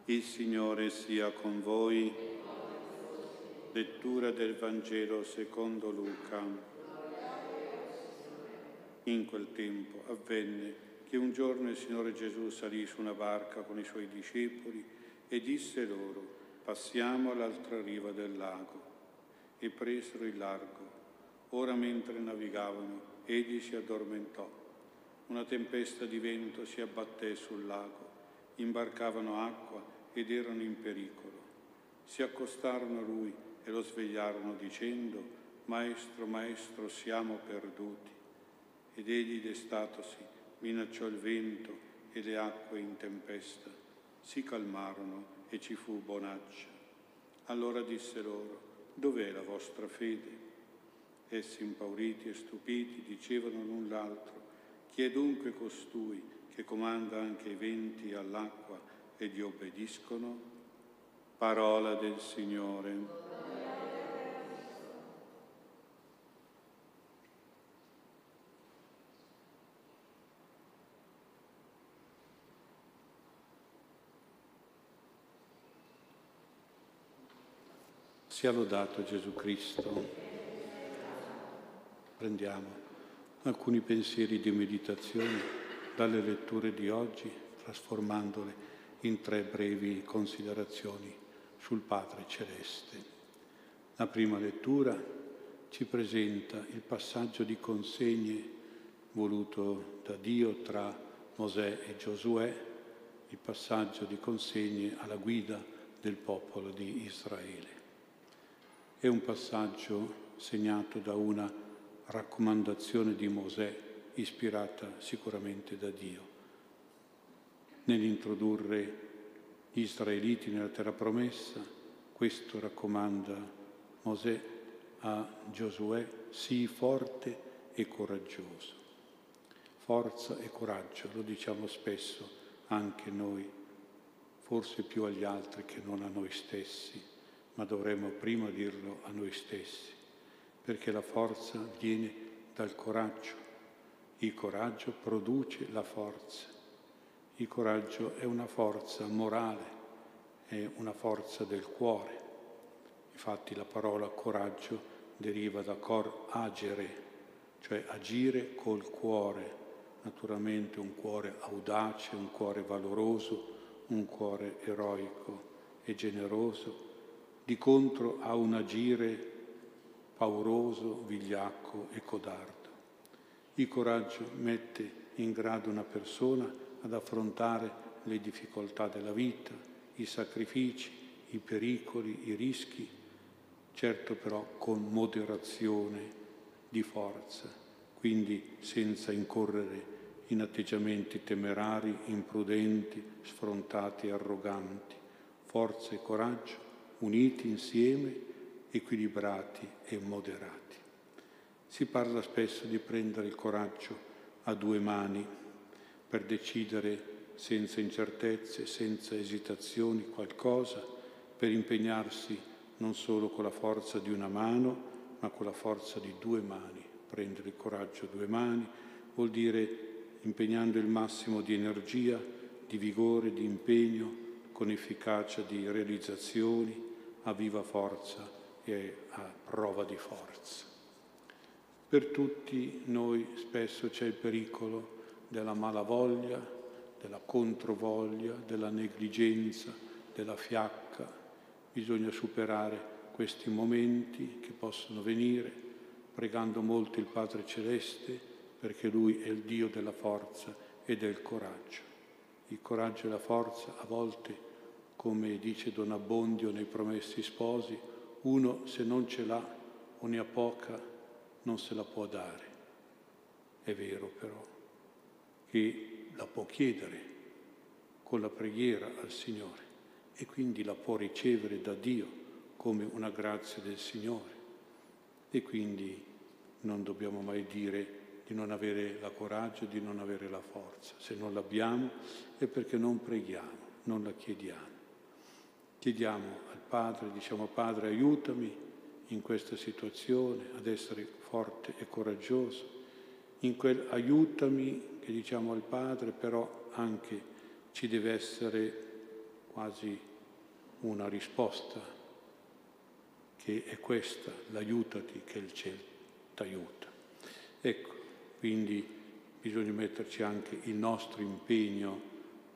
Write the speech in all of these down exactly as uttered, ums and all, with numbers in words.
Il Signore sia con voi. Lettura del Vangelo secondo Luca. In quel tempo avvenne che un giorno il Signore Gesù salì su una barca con i suoi discepoli e disse loro: passiamo all'altra riva del lago. E presero il largo. Ora mentre navigavano, egli si addormentò. Una tempesta di vento si abbatté sul lago. Imbarcavano acqua ed erano in pericolo. Si accostarono a lui e lo svegliarono dicendo: Maestro, Maestro, siamo perduti. Ed egli, destatosi, minacciò il vento e le acque in tempesta. Si calmarono e ci fu bonaccia. Allora disse loro: dov'è la vostra fede? Essi, impauriti e stupiti, dicevano l'un l'altro: chi è dunque costui che comanda anche i venti e all'acqua e gli obbediscono? Parola del Signore. Sia lodato Gesù Cristo. Prendiamo alcuni pensieri di meditazione dalle letture di oggi, trasformandole in tre brevi considerazioni sul Padre Celeste. La prima lettura ci presenta il passaggio di consegne voluto da Dio tra Mosè e Giosuè, il passaggio di consegne alla guida del popolo di Israele. È un passaggio segnato da una raccomandazione di Mosè, ispirata sicuramente da Dio. Nell'introdurre gli israeliti nella terra promessa, questo raccomanda Mosè a Giosuè: sii forte e coraggioso. Forza e coraggio, lo diciamo spesso anche noi, forse più agli altri che non a noi stessi, ma dovremmo prima dirlo a noi stessi, perché la forza viene dal coraggio. Il coraggio produce la forza. Il coraggio è una forza morale, è una forza del cuore. Infatti la parola coraggio deriva da cor agere, cioè agire col cuore, naturalmente un cuore audace, un cuore valoroso, un cuore eroico e generoso. Di contro ha un agire pauroso, vigliacco e codardo. Il coraggio mette in grado una persona ad affrontare le difficoltà della vita, i sacrifici, i pericoli, i rischi, certo però con moderazione di forza, quindi senza incorrere in atteggiamenti temerari, imprudenti, sfrontati e arroganti. Forza e coraggio uniti insieme, equilibrati e moderati. Si parla spesso di prendere il coraggio a due mani per decidere senza incertezze, senza esitazioni qualcosa, per impegnarsi non solo con la forza di una mano, ma con la forza di due mani. Prendere il coraggio a due mani vuol dire impegnando il massimo di energia, di vigore, di impegno, con efficacia di realizzazioni, a viva forza e a prova di forza. Per tutti noi spesso c'è il pericolo della malavoglia, della controvoglia, della negligenza, della fiacca. Bisogna superare questi momenti che possono venire, pregando molto il Padre Celeste, perché Lui è il Dio della forza e del coraggio. Il coraggio e la forza a volte, come dice Don Abbondio nei Promessi Sposi, uno se non ce l'ha o ne ha poca non se la può dare. È vero però che la può chiedere con la preghiera al Signore e quindi la può ricevere da Dio come una grazia del Signore. E quindi non dobbiamo mai dire di non avere la coraggio, di non avere la forza. Se non l'abbiamo è perché non preghiamo, non la chiediamo. Chiediamo al Padre, diciamo: Padre, aiutami in questa situazione ad essere forte e coraggioso. In quel aiutami che diciamo al Padre, però anche ci deve essere quasi una risposta, che è questa: l'aiutati che il cielo t'aiuta. Ecco, quindi bisogna metterci anche il nostro impegno,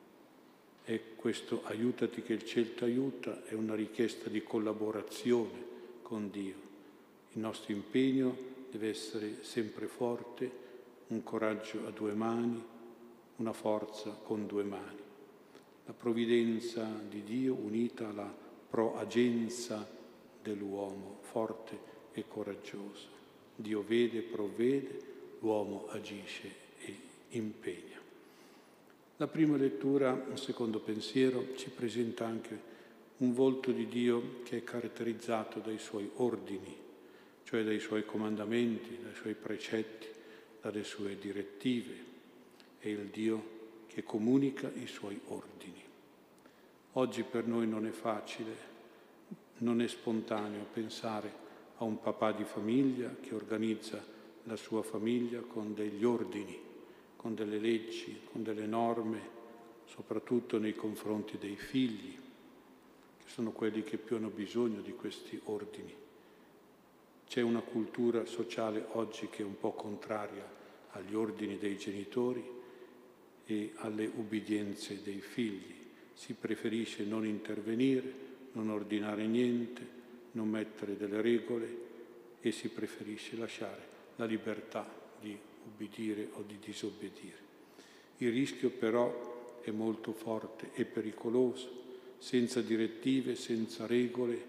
e questo aiutati che il cielo t'aiuta è una richiesta di collaborazione con Dio. Il nostro impegno deve essere sempre forte, un coraggio a due mani, una forza con due mani. La provvidenza di Dio unita alla proagenza dell'uomo, forte e coraggioso. Dio vede, provvede, l'uomo agisce e impegna. La prima lettura, un secondo pensiero, ci presenta anche un volto di Dio che è caratterizzato dai suoi ordini, cioè dai suoi comandamenti, dai suoi precetti, dalle sue direttive. È il Dio che comunica i suoi ordini. Oggi per noi non è facile, non è spontaneo pensare a un papà di famiglia che organizza la sua famiglia con degli ordini, con delle leggi, con delle norme, soprattutto nei confronti dei figli, che sono quelli che più hanno bisogno di questi ordini. C'è una cultura sociale oggi che è un po' contraria agli ordini dei genitori e alle ubbidienze dei figli. Si preferisce non intervenire, non ordinare niente, non mettere delle regole, e si preferisce lasciare la libertà di ubbidire o di disobbedire. Il rischio però è molto forte e pericoloso. Senza direttive, senza regole,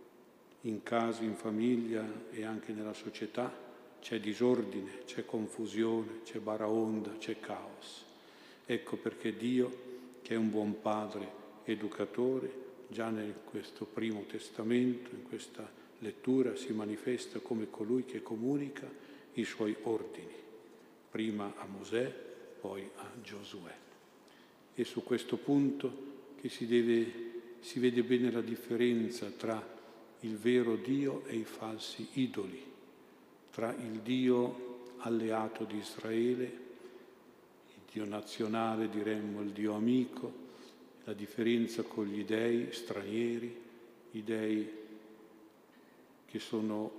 in casa, in famiglia e anche nella società c'è disordine, c'è confusione, c'è baraonda, c'è caos. Ecco perché Dio, che è un buon padre educatore, già in questo primo testamento, in questa lettura, si manifesta come colui che comunica i suoi ordini, prima a Mosè, poi a Giosuè. E su questo punto che si deve, si vede bene la differenza tra il vero Dio e i falsi idoli, tra il Dio alleato di Israele, il Dio nazionale, diremmo il Dio amico, la differenza con gli dei stranieri, gli dei che sono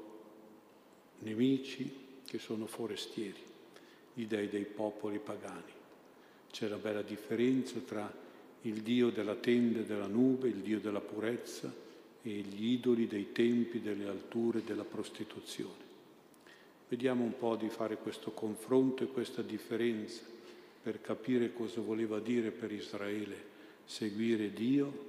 nemici, che sono forestieri, gli dei dei popoli pagani. C'è la bella differenza tra il Dio della tenda e della nube, il Dio della purezza, e gli idoli dei tempi, delle alture, della prostituzione. Vediamo un po' di fare questo confronto e questa differenza per capire cosa voleva dire per Israele seguire Dio,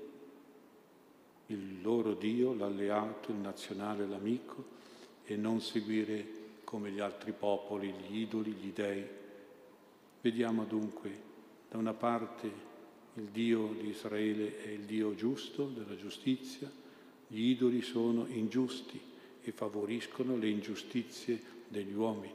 il loro Dio, l'alleato, il nazionale, l'amico, e non seguire come gli altri popoli gli idoli, gli dei. Vediamo dunque, da una parte il Dio di Israele è il Dio giusto, della giustizia. Gli idoli sono ingiusti e favoriscono le ingiustizie degli uomini.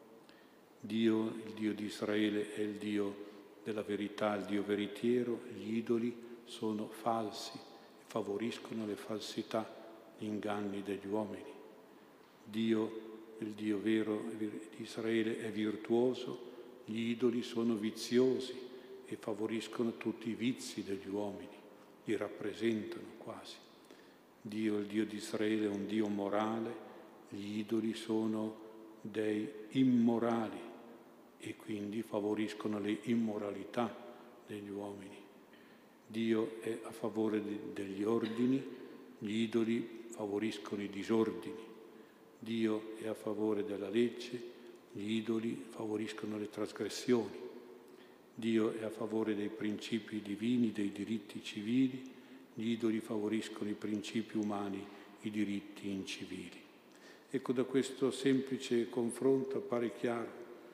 Dio, il Dio di Israele, è il Dio della verità, il Dio veritiero. Gli idoli sono falsi e favoriscono le falsità, gli inganni degli uomini. Dio, il Dio vero di Israele, è virtuoso. Gli idoli sono viziosi e favoriscono tutti i vizi degli uomini, li rappresentano quasi. Dio, il Dio di Israele, è un Dio morale, gli idoli sono dei immorali e quindi favoriscono le immoralità degli uomini. Dio è a favore de- degli ordini, gli idoli favoriscono i disordini. Dio è a favore della legge, gli idoli favoriscono le trasgressioni. Dio è a favore dei principi divini, dei diritti civili, gli idoli favoriscono i principi umani, i diritti incivili. Ecco, da questo semplice confronto appare chiaro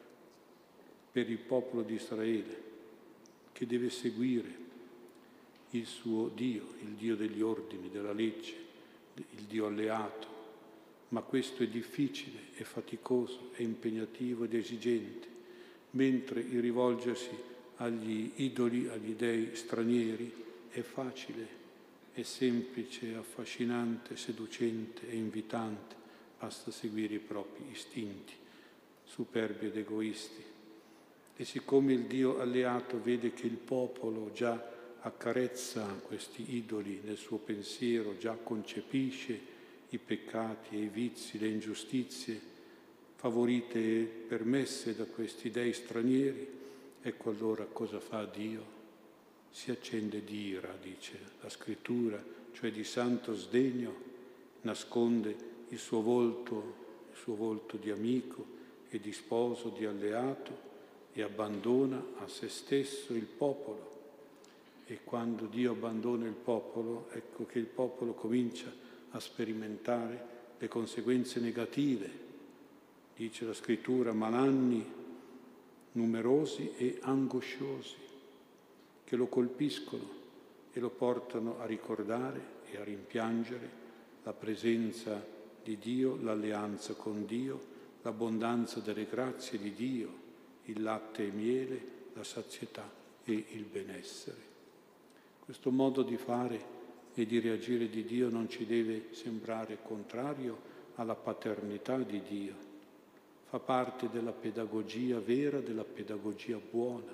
per il popolo di Israele che deve seguire il suo Dio, il Dio degli ordini, della legge, il Dio alleato, ma questo è difficile, è faticoso, è impegnativo ed esigente, mentre il rivolgersi agli idoli, agli dei stranieri è facile, è semplice, affascinante, seducente e invitante, basta seguire i propri istinti, superbi ed egoisti. E siccome il Dio alleato vede che il popolo già accarezza questi idoli nel suo pensiero, già concepisce i peccati e i vizi, le ingiustizie, favorite e permesse da questi dei stranieri. Ecco allora cosa fa Dio? Si accende di ira, dice la Scrittura, cioè di santo sdegno, nasconde il suo volto, il suo volto di amico e di sposo, di alleato, e abbandona a se stesso il popolo. E quando Dio abbandona il popolo, ecco che il popolo comincia a sperimentare le conseguenze negative. Dice la Scrittura, malanni numerosi e angosciosi, che lo colpiscono e lo portano a ricordare e a rimpiangere la presenza di Dio, l'alleanza con Dio, l'abbondanza delle grazie di Dio, il latte e miele, la sazietà e il benessere. Questo modo di fare e di reagire di Dio non ci deve sembrare contrario alla paternità di Dio. Fa parte della pedagogia vera, della pedagogia buona.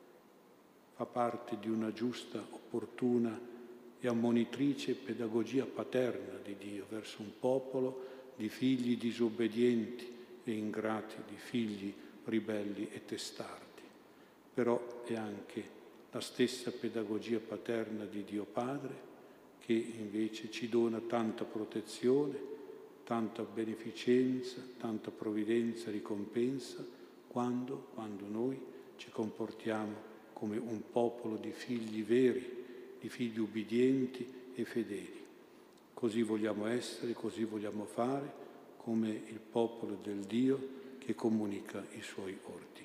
Fa parte di una giusta, opportuna e ammonitrice pedagogia paterna di Dio verso un popolo di figli disobbedienti e ingrati, di figli ribelli e testardi. Però è anche la stessa pedagogia paterna di Dio Padre che invece ci dona tanta protezione, tanta beneficenza, tanta provvidenza, ricompensa, quando, quando noi ci comportiamo come un popolo di figli veri, di figli ubbidienti e fedeli. Così vogliamo essere, così vogliamo fare, come il popolo del Dio che comunica i suoi ordini.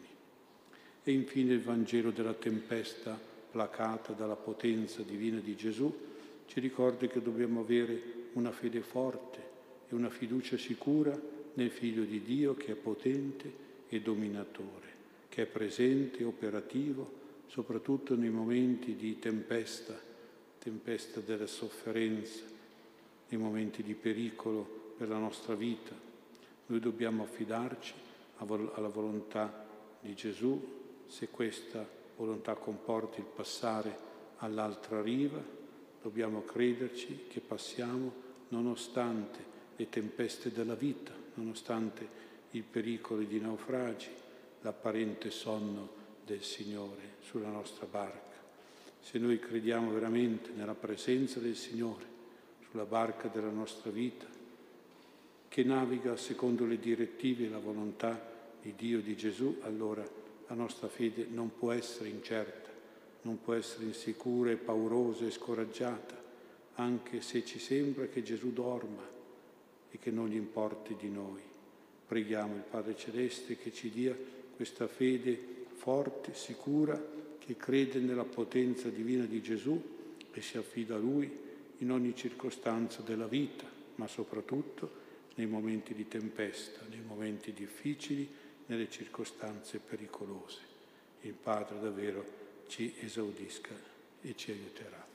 E infine il Vangelo della tempesta placata dalla potenza divina di Gesù ci ricorda che dobbiamo avere una fede forte e una fiducia sicura nel Figlio di Dio che è potente e dominatore, che è presente e operativo soprattutto nei momenti di tempesta, tempesta della sofferenza, nei momenti di pericolo per la nostra vita. Noi dobbiamo affidarci alla volontà di Gesù, se questa volontà comporta il passare all'altra riva, dobbiamo crederci che passiamo nonostante le tempeste della vita, nonostante il pericolo di naufragi, l'apparente sonno del Signore sulla nostra barca. Se noi crediamo veramente nella presenza del Signore sulla barca della nostra vita, che naviga secondo le direttive e la volontà di Dio e di Gesù, allora la nostra fede non può essere incerta, non può essere insicura e paurosa e scoraggiata, anche se ci sembra che Gesù dorma e che non gli importi di noi. Preghiamo il Padre Celeste che ci dia questa fede forte, sicura, che crede nella potenza divina di Gesù e si affida a Lui in ogni circostanza della vita, ma soprattutto nei momenti di tempesta, nei momenti difficili, nelle circostanze pericolose. Il Padre davvero ci esaudisca e ci aiuterà.